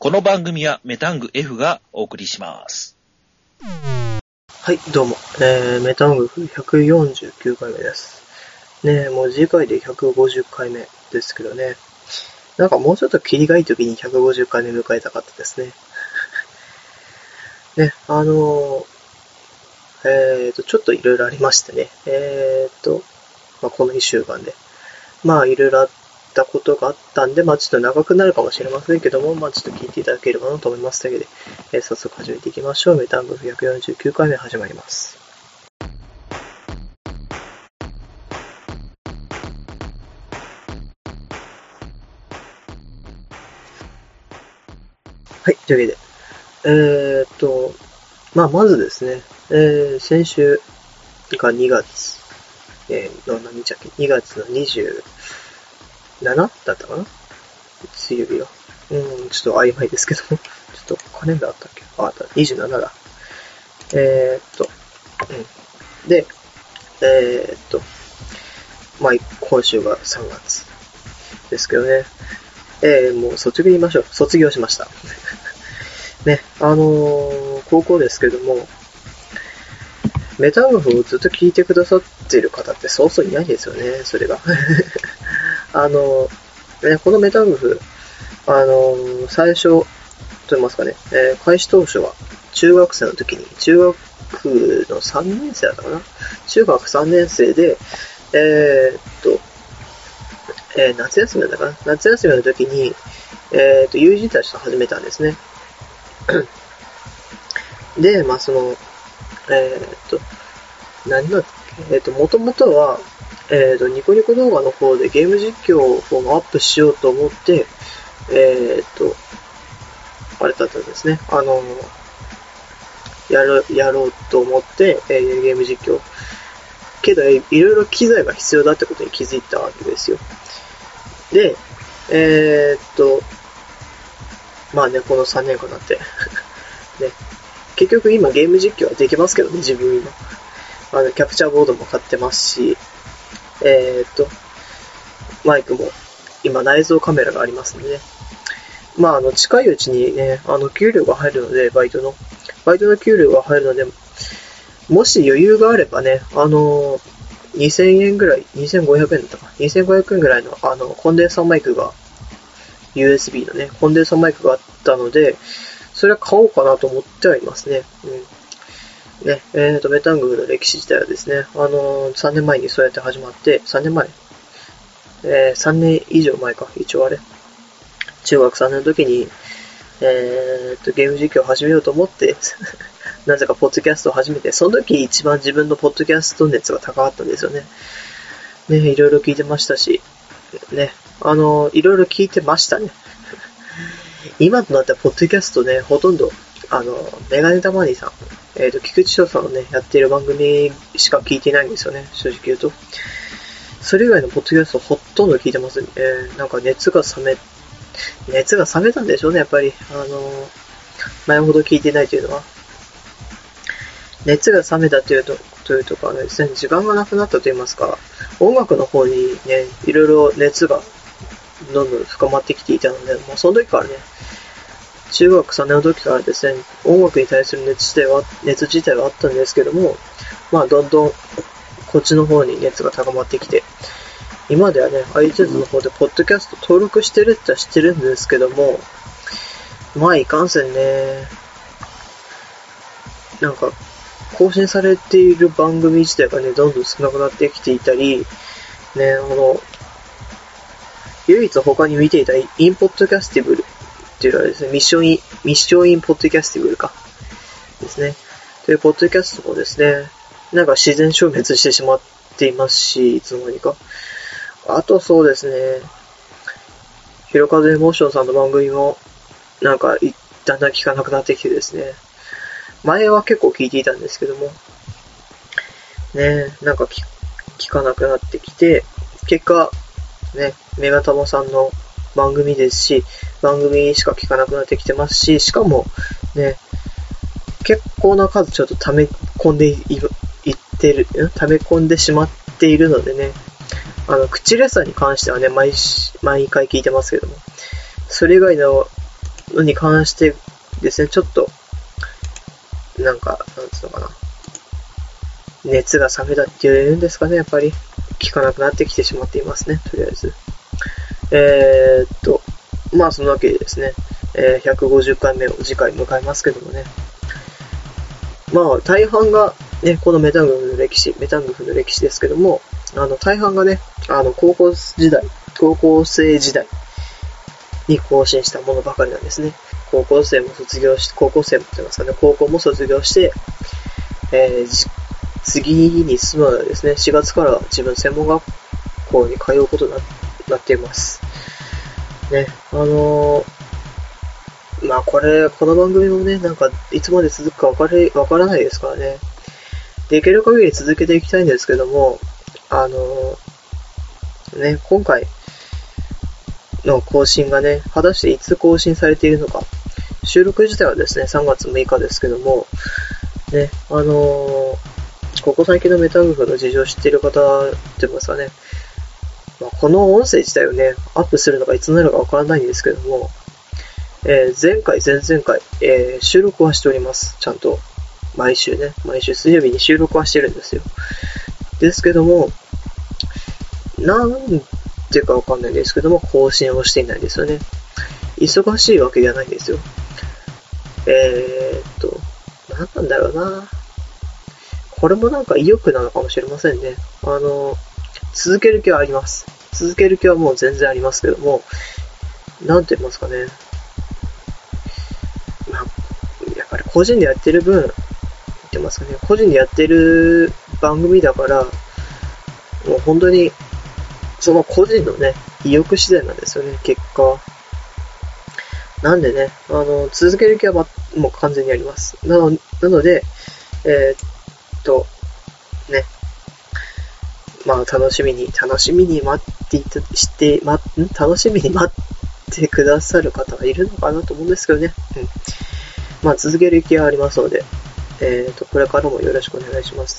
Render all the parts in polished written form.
この番組はメタング F がお送りします。 はい、どうも。メタング F149 回目です。ね、もう次回で150回目ですけどね。なんかもうちょっと切りがいい時に150回目迎えたかったですね。ね、ちょっといろいろありましてね。この1週間で。いろいろあったことがあったんで、ちょっと長くなるかもしれませんけども、ちょっと聞いていただければなと思いますだけで、早速始めていきましょう。メタング F149 回目始まります。はい、というわけで、まずですね、先週が2月、の何日だっけ ?2 月の27だったかな水曜日は。ちょっと曖昧ですけども、ちょっとカレンダーあったっけ27だ。で、今週が3月ですけどね。もう率直に言いましょう。卒業しました。ね、高校ですけども、メタングフをずっと聞いてくださっている方ってそうそういないんですよね、それが。このメタングフ、最初、と言いますかね、開始当初は中学生の時に、中学の3年生だったかな中学3年生で、夏休みだったかな夏休みの時に、友人たちと始めたんですね。で、もともとは、ニコニコ動画の方でゲーム実況をアップしようと思って、あれだったんですね。やろうと思って、ゲーム実況。けど、いろいろ機材が必要だってことに気づいたわけですよ。で、この3年間になって。ね、結局今ゲーム実況はできますけどね、自分今。キャプチャーボードも買ってますし、マイクも今内蔵カメラがありますんでね。近いうちにね、給料が入るので、バイトの給料が入るので、もし余裕があればね、2000円ぐらい、2500円だったか、2500円ぐらいの、コンデンサーマイクが、USB のね、コンデンサーマイクがあったので、それは買おうかなと思ってはいますね。メタングの歴史自体はですね、3年前にそうやって始まって、3年以上前か、一応あれ。中学3年の時に、ゲーム実況を始めようと思って、なぜかポッドキャストを始めて、その時一番自分のポッドキャスト熱が高かったんですよね。ね、いろいろ聞いてましたし、ね、いろいろ聞いてましたね。今となってはポッドキャストね、ほとんど、メガネタマニーさん、菊池翔さんのね、やっている番組しか聞いていないんですよね、正直言うと。それ以外のポッドキャストほとんど聞いてますね。なんか熱が冷めたんでしょうね、やっぱり。前ほど聞いてないというのは。熱が冷めたというかですね、時間がなくなったと言いますか、音楽の方にね、いろいろ熱がどんどん深まってきていたので、その時からね、中学3年の時からですね、音楽に対する熱自体はあったんですけども、どんどんこっちの方に熱が高まってきて、今ではね、iTunes の方でポッドキャスト登録してるっては知ってるんですけども、いかんせんね、なんか、更新されている番組自体がね、どんどん少なくなってきていたり、ね、唯一他に見ていたインポッドキャスティブルっていうのはですね、ミッションインポッドキャスティブルか。ですね。というポッドキャストもですね、なんか自然消滅してしまっていますし、いつの間にか。あとそうですね、ひろかずエモーションさんの番組も、なんかだんだん聞かなくなってきてですね、前は結構聞いていたんですけども、ね、なんか聞かなくなってきて、結果、ね、メガタマさんの番組ですし、番組しか聞かなくなってきてますし、しかも、ね、結構な数ちょっと溜め込んでしまっているのでね、口レッサーに関してはね、毎回聞いてますけども、それ以外ののに関してですね、ちょっと、なんつうのかな。熱が冷めたって言うんですかね、やっぱり。聞かなくなってきてしまっていますね、とりあえず。そのわけでですね、150回目を次回迎えますけどもね。大半が、ね、このメタングフの歴史ですけども、大半がね、高校生時代に更新したものばかりなんですね。高校も卒業して、次に進むのはですね、4月から自分専門学校に通うことになっています。ね、この番組もね、いつまで続くかわからないですからね。できる限り続けていきたいんですけども、今回の更新がね、果たしていつ更新されているのか。収録自体はですね、3月6日ですけども、ね、ここ最近のメタグフの事情を知っている方って言いますかね、この音声自体をね、アップするのがいつになるかわからないんですけども、前回、前々回、収録はしております。ちゃんと。毎週水曜日に収録はしてるんですよ。ですけども、なんてかわかんないんですけども、更新をしていないですよね。忙しいわけではないんですよ。なんなんだろうな。これも意欲なのかもしれませんね。続ける気はあります。続ける気はもう全然ありますけども、なんて言いますかね。やっぱり個人でやってる分、個人でやってる番組だから、もう本当に、その個人のね、意欲次第なんですよね、結果は。なんでね、続ける気はもう完全にあります。なので、楽しみに待ってくださる方がいるのかなと思うんですけどね。続ける気はありますので、これからもよろしくお願いします。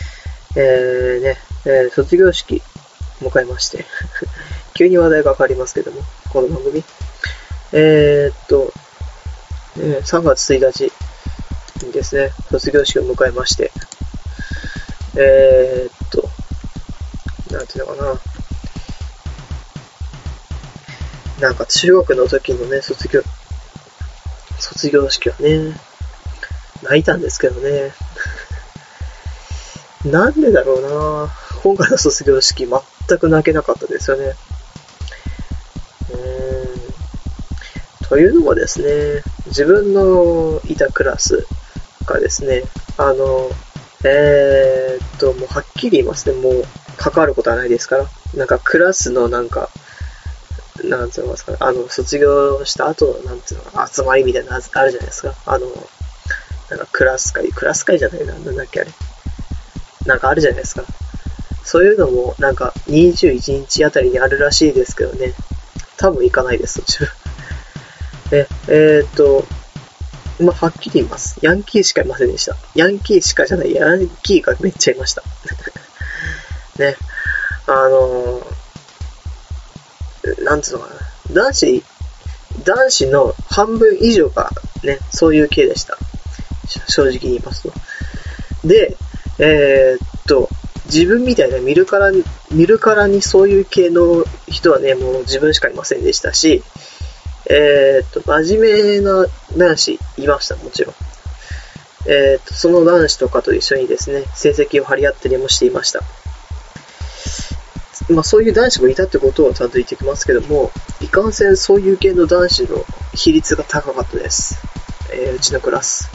卒業式迎えまして、急に話題が変わりますけども、この番組。3月1日にですね、卒業式を迎えまして、なんていうのかな。中学の時のね、卒業式はね、泣いたんですけどね。なんでだろうな。今回の卒業式全く泣けなかったですよね。というのもですね、自分のいたクラスがですね、もうはっきり言いますね、もう関わることはないですから、クラスのなんて言いますかね、卒業した後の集まりみたいなのあるじゃないですか。クラス会じゃないな、なんだっけあれ。あるじゃないですか。そういうのも21日あたりにあるらしいですけどね。多分行かないです、自分。はっきり言います。ヤンキーしかいませんでした。ヤンキーがめっちゃいました。ね。なんつうのかな。男子の半分以上がね、そういう系でした。正直に言いますと。で、自分みたいな見るからにそういう系の人はね、もう自分しかいませんでしたし、真面目な男子いました、もちろん。その男子とかと一緒にですね、成績を張り合ったりもしていました。そういう男子もいたってことはちゃんと言ってきますけども、いかんせんそういう系の男子の比率が高かったです。うちのクラス。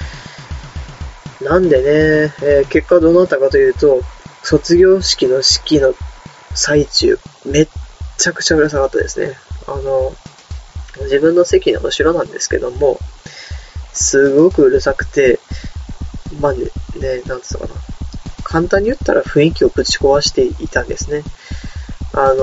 なんでね、結果どうなったかというと、卒業式の式の最中、めっちゃくちゃうるさかったですね。自分の席の後ろなんですけども、すごくうるさくて、なんつうのかな。簡単に言ったら雰囲気をぶち壊していたんですね。なん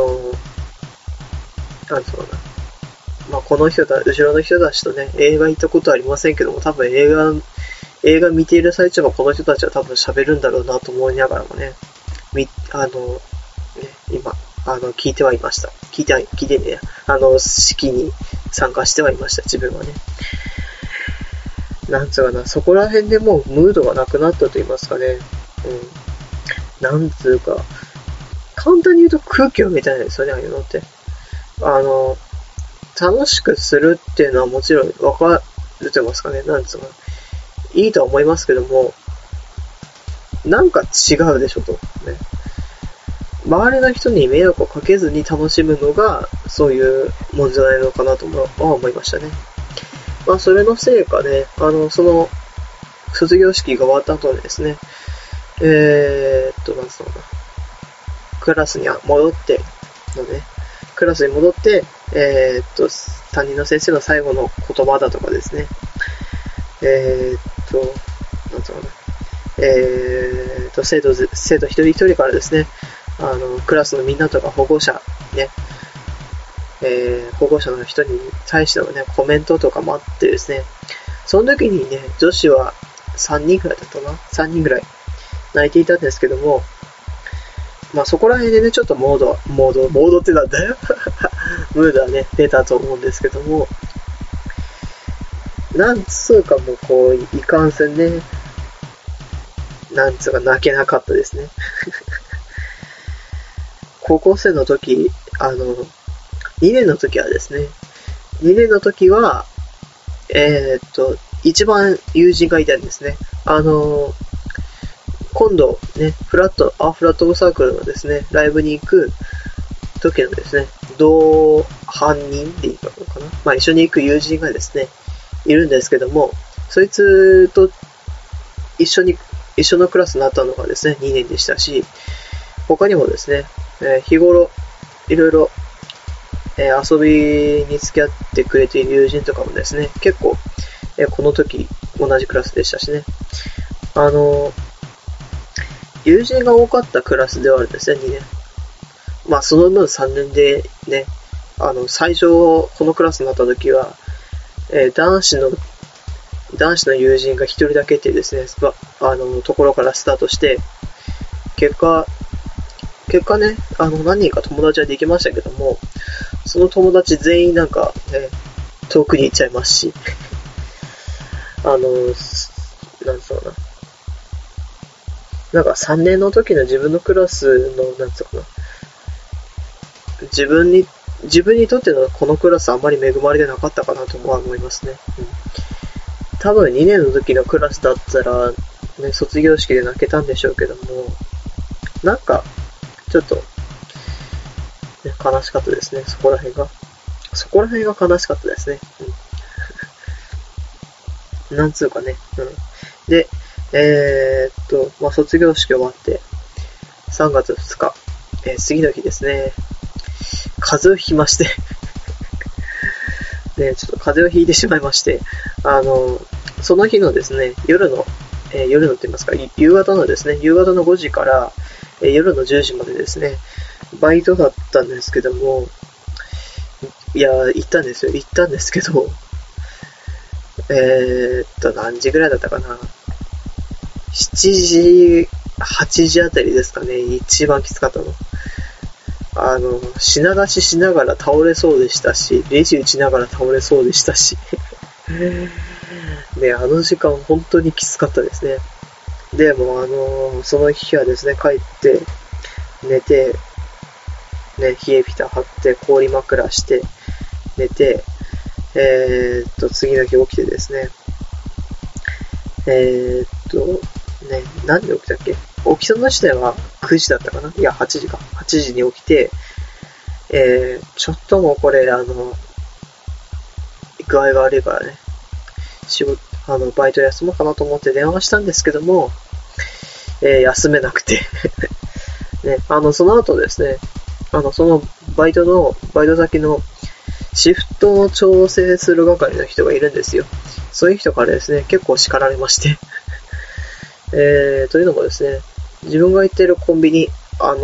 つうのかな。後ろの人たちとね、映画行ったことはありませんけども、多分映画見ている最中もこの人たちは多分喋るんだろうなと思いながらもね、今、 聞いてはいました。聞いてね、式に参加してはいました、自分はね。なんつうかな、そこら辺でもうムードがなくなったと言いますかね。なんつうか、簡単に言うと空気を読みたいですよね、ああいうのって。楽しくするっていうのはもちろん分かってますかね。なんつうか、いいとは思いますけども、なんか違うでしょと。ね。周りの人に迷惑をかけずに楽しむのが、そういうもんじゃないのかなとは思いましたね。まあ、それのせいかね、その、卒業式が終わった後にですね、なんつうのかな。クラスに戻って、担任の先生の最後の言葉だとかですね、なんつうのかな。生徒一人一人からですね、クラスのみんなとか保護者、ね、保護者の人に対してのね、コメントとかもあってですね、その時にね、女子は3人ぐらいだったな ?3 人ぐらい泣いていたんですけども、まあそこら辺でね、ちょっとモードってなんだよムードはね、出たと思うんですけども、なんつうかもうこう、いかんせんね、なんつうか泣けなかったですね。高校生の時、2年の時はですね、2年の時は、一番友人がいたんですね。今度ね、フラットオブサークルのですね、ライブに行く時のですね、同伴人でいいのかな、まあ一緒に行く友人がですね、いるんですけども、そいつと一緒のクラスになったのがですね、2年でしたし、他にもですね、日頃いろいろ遊びに付き合ってくれている友人とかもですね、結構、この時同じクラスでしたしね、友人が多かったクラスではあるんですね、2年。まあその分3年でね、最初このクラスになった時は、男子の友人が1人だけっていうですね、ところからスタートして、結果ね、何人か友達はできましたけども、その友達全員なんか、ね、遠くに行っちゃいますし、なんつうのかな。なんか3年の時の自分のクラスの、なんつうかな。自分にとってのこのクラスあんまり恵まれてなかったかなとは思いますね。多分2年の時のクラスだったら、ね、卒業式で泣けたんでしょうけども、なんか、ちょっと、ね、悲しかったですね、そこら辺が悲しかったですね。なんつうかね。で、まあ、卒業式終わって、3月2日、次の日ですね、風邪をひきまして、ね、ちょっと風邪をひいてしまいまして、その日のですね、夜のって言いますか、夕方の5時から、夜の10時までですね、バイトだったんですけども、いや、行ったんですけど、何時ぐらいだったかな。7時、8時あたりですかね、一番きつかったの。品出ししながら倒れそうでしたし、レジ打ちながら倒れそうでしたし、ね、あの時間本当にきつかったですね。でもその日はですね、帰って寝て、ね、冷えピタ貼って氷枕して寝て、次の日起きてですね、ね、何時起きたっけ？起きたの自体は9時だったかな？いや、8時か。8時に起きて、ちょっともうこれ、具合が悪いからね、バイト休もうかなと思って電話したんですけども、休めなくて、ね、その後ですね、そのバイト先のシフトを調整する係の人がいるんですよ。そういう人からですね、結構叱られまして、というのもですね、自分が行っているコンビニ、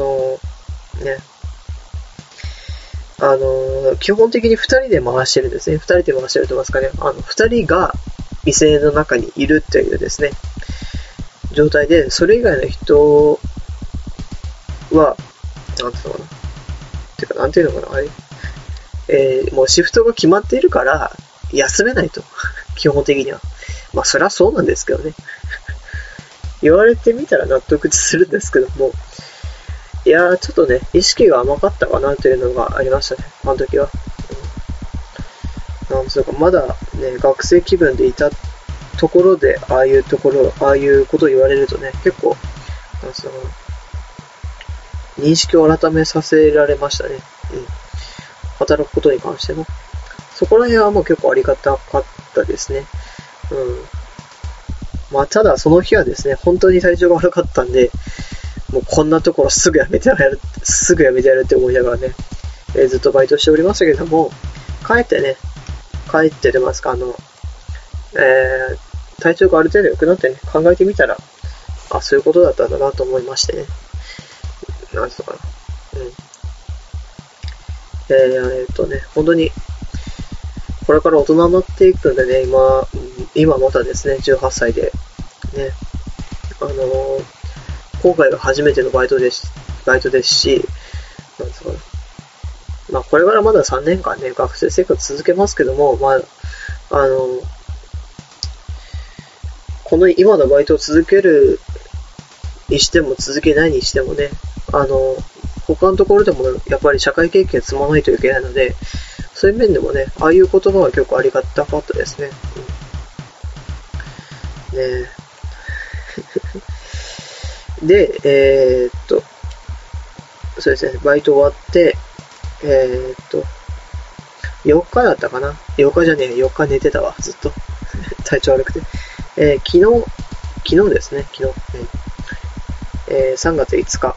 基本的に2人で回してるんですね。2人で回してると言いますかね。2人が店の中にいるというですね、状態で、それ以外の人は、なんていうのかな。 てか、なんていうのかな、あれ。もうシフトが決まっているから、休めないと。基本的には。まあ、そりゃそうなんですけどね。言われてみたら納得するんですけども。いやー、ちょっとね、意識が甘かったかなというのがありましたね。あの時は。なんつうか、まだね、学生気分でいたところで、ああいうことを言われるとね、結構、なんつうのかな、認識を改めさせられましたね。働くことに関しても。そこら辺はもう結構ありがたかったですね。まあ、ただその日はですね、本当に体調が悪かったんで、もうこんなところすぐやめてやるって思いながらね、ずっとバイトしておりましたけども、帰って出ますか、体調がある程度良くなってね、考えてみたら、そういうことだったんだなと思いましてね。なんつうのかな。本当に、これから大人になっていくんでね、今またですね、18歳で、ね、今回が初めてのバイトですし、なんつうかな。まあ、これからまだ3年間ね、学生生活続けますけども、まあ、この今のバイトを続けるにしても続けないにしてもね、他のところでもやっぱり社会経験積まないといけないので、そういう面でもね、ああいう言葉は結構ありがたかったですね。で、そうですね、バイト終わって、4日だったかな ?4 日じゃねえ、4日寝てたわ、ずっと。体調悪くて。昨日ですね、3月5日。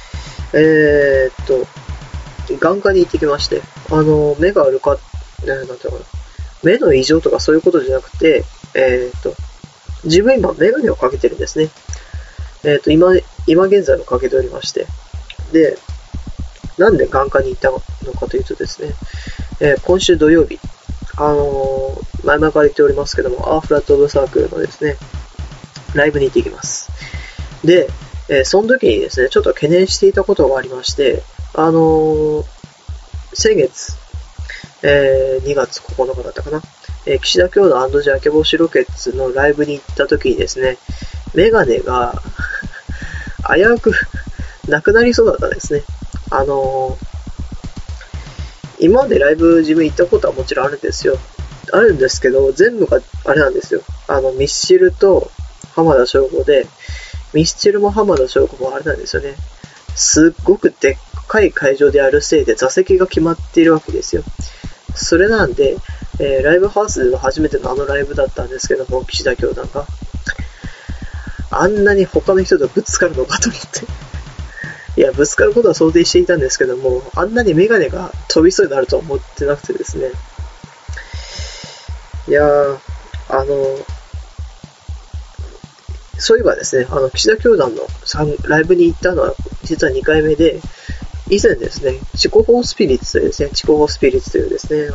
眼科に行ってきまして、目が悪かった、なんていうのかな。目の異常とかそういうことじゃなくて、自分今メガネをかけてるんですね。今現在もかけておりまして。で、なんで眼科に行ったのかというとですね、今週土曜日、前々から言っておりますけども、アーフラットオブサークルのですね、ライブに行ってきます。で、その時にですね、ちょっと懸念していたことがありまして、先月、2月9日だったかな、岸田兄弟&ジャケボシロケッツのライブに行った時にですね、メガネが危うくなくなりそうだったんですね。今までライブ自分行ったことはもちろんあるんですよ。あるんですけど、全部があれなんですよ。ミスチルと浜田省吾で、ミスチルも浜田省吾もあれなんですよね。すっごくでっかい会場であるせいで座席が決まっているわけですよ。それなんで、ライブハウスでは初めてのライブだったんですけども、岸田教団が。あんなに他の人とぶつかるのかと思って。いや、ぶつかることは想定していたんですけども、あんなにメガネが飛びそうになるとは思ってなくてですね。いやー、そういえばですね、岸田教団のライブに行ったのは実は2回目で、以前ですね、チコホースピリッツというですね、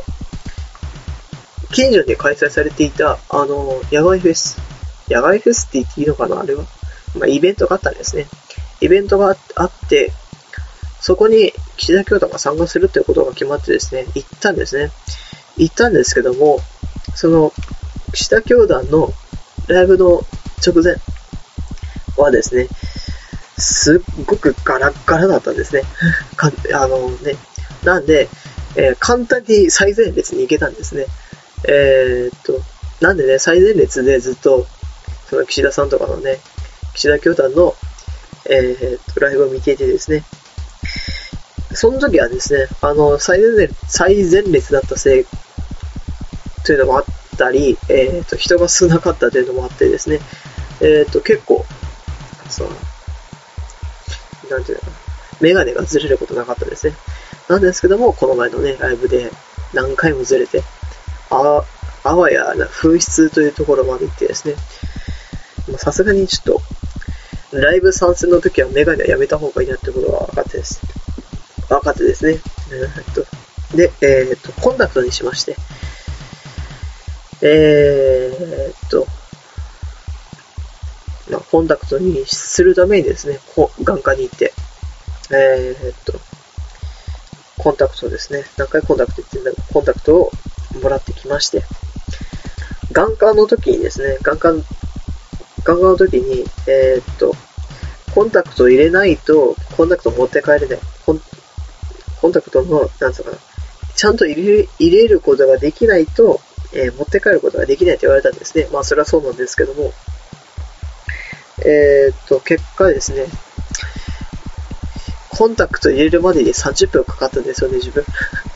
近所で開催されていた、野外フェスって言っていいのかな、あれは。まあ、イベントがあったんですね。イベントがあって、そこに岸田教団が参加するということが決まってですね、行ったんですけども、その、岸田教団のライブの直前はですね、すっごくガラッガラだったんですね。なんで、簡単に最前列に行けたんですね。なんでね、最前列でずっと、その岸田さんとかのね、岸田教団の、ライブを見ていてですね、その時はですね、最前列だったせいというのもあったり、人が少なかったというのもあってですね、結構、なんていうのかな、メガネがずれることなかったですね。なんですけども、この前のね、ライブで何回もずれて、あわや紛失というところまで行ってですね、さすがにちょっと、ライブ参戦の時はメガネはやめた方がいいなってことが分かってですね。で、コンタクトにしまして、コンタクトにするためにですね、眼科に行って、 コンタクトですね。何回コンタクト言ってんだろう。コンタクトをもらってきまして。眼科の時にですね、眼科の時に、コンタクト入れないと、コンタクト持って帰れない。コンタクトの、なんつうかな。ちゃんと入れることができないと、持って帰ることができないと言われたんですね。まあ、それはそうなんですけども。結果ですね、コンタクト入れるまでに30分かかったんですよね、自分。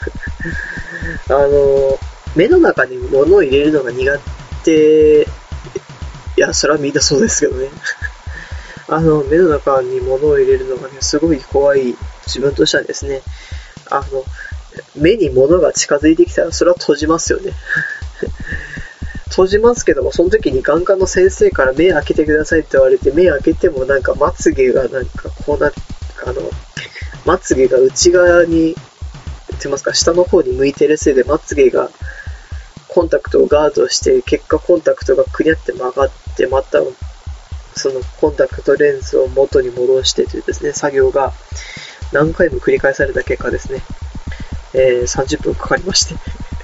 目の中に物を入れるのが苦手。いや、それはみんなそうですけどね。目の中に物を入れるのがね、すごい怖い自分としてはですね、目に物が近づいてきたら、それは閉じますよね。閉じますけども、その時に眼科の先生から目開けてくださいって言われて、目開けてもなんかまつげがなんかこうなって、まつげが内側に、言ってますか、下の方に向いてるせいでまつげがコンタクトをガードして、結果コンタクトがくにゃって曲がって、またそのコンタクトレンズを元に戻してというですね、作業が何回も繰り返された結果ですね、30分かかりまして。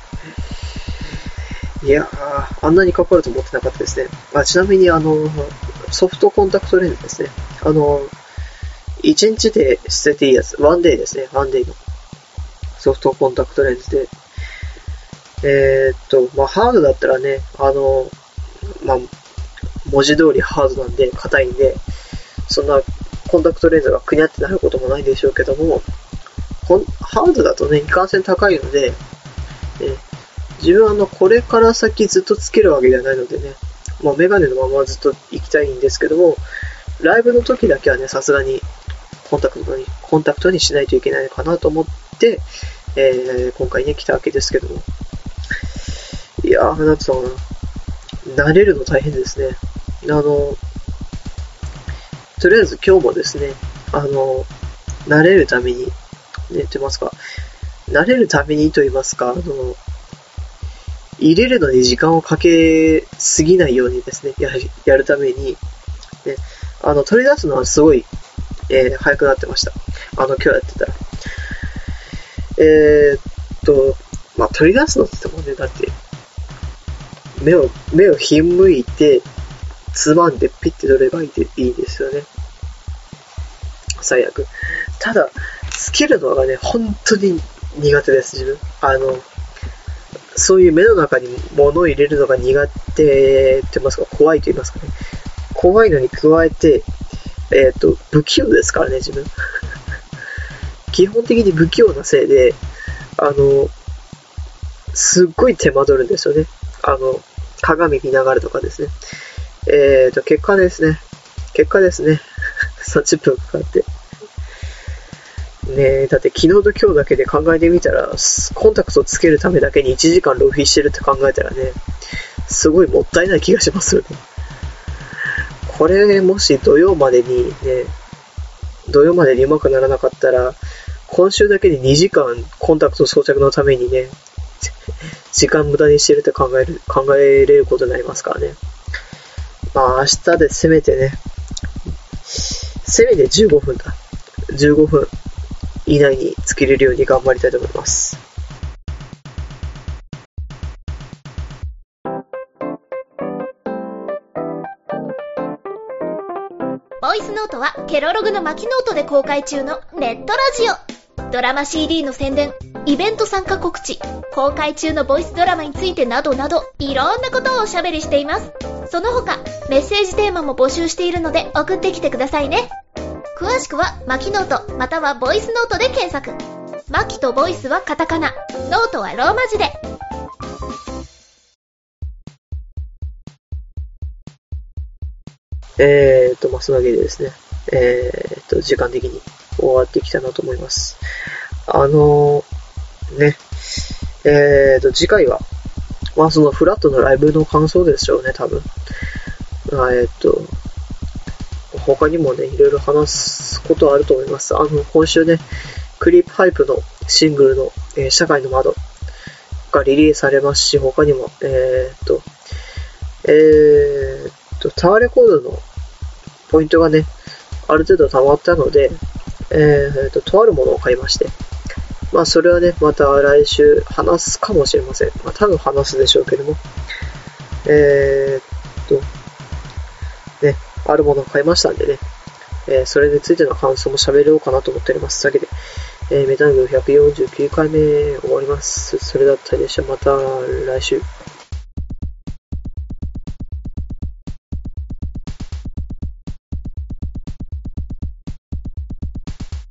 いやー、あんなにかかると思ってなかったですね。ちなみにソフトコンタクトレンズですね。1日で捨てていいやつ、ワンデーですね。ワンデーのソフトコンタクトレンズで。ハードだったらね、文字通りハードなんで、硬いんで、そんなコンタクトレンズがくにゃってなることもないでしょうけども、ハードだとね、いかんせん高いので、自分はこれから先ずっとつけるわけではないのでね、メガネのままずっと行きたいんですけども、ライブの時だけはね、さすがにコンタクトにしないといけないのかなと思って、今回ね、来たわけですけども。いやー、なんつうのかな。慣れるの大変ですね。とりあえず今日もですね、慣れるために、慣れるためにと言いますか、入れるのに時間をかけすぎないようにですね、やるために、ね、取り出すのはすごい、早くなってました。今日やってたら。取り出すのって言ってもね、だって、目をひんむいて、つまんでピッて取ればいいですよね。最悪。ただ、つけるのがね、本当に苦手です、自分。そういう目の中に物を入れるのが苦手って言いますか、怖いと言いますかね。怖いのに加えて、不器用ですからね、自分。基本的に不器用なせいで、すっごい手間取るんですよね。鏡見ながらとかですね。結果ですね。30分かかって。ねえ、だって昨日と今日だけで考えてみたら、コンタクトをつけるためだけに1時間浪費してるって考えたらね、すごいもったいない気がしますよね。これもし土曜までにうまくならなかったら、今週だけで2時間コンタクト装着のためにね、時間無駄にしてるって考えれることになりますからね。明日でせめて15分だ。15分以内につけれるように頑張りたいと思います。 ボイスノートはケロログのマキノートで公開中のネットラジオ。ドラマ CD の宣伝、イベント参加告知、公開中のボイスドラマについてなどなど、いろんなことをおしゃべりしています。その他、メッセージテーマも募集しているので送ってきてくださいね。詳しくはマキノートまたはボイスノートで検索。マキとボイスはカタカナ、ノートはローマ字で。 そのわけでですね、時間的に終わってきたなと思います。次回は、そのフラットのライブの感想でしょうね、多分。他にもね、いろいろ話すことはあると思います。今週ね、クリープハイプのシングルの、社会の窓がリリースされますし、他にも、タワーレコードのポイントがね、ある程度溜まったので、とあるものを買いまして、 まあそれはね、また来週話すかもしれません。まあ多分話すでしょうけども。ね、あるものを買いましたんでね。それについての感想も喋ろうかなと思っております。だけで、メタング149回目終わります。それだったりでした。また来週。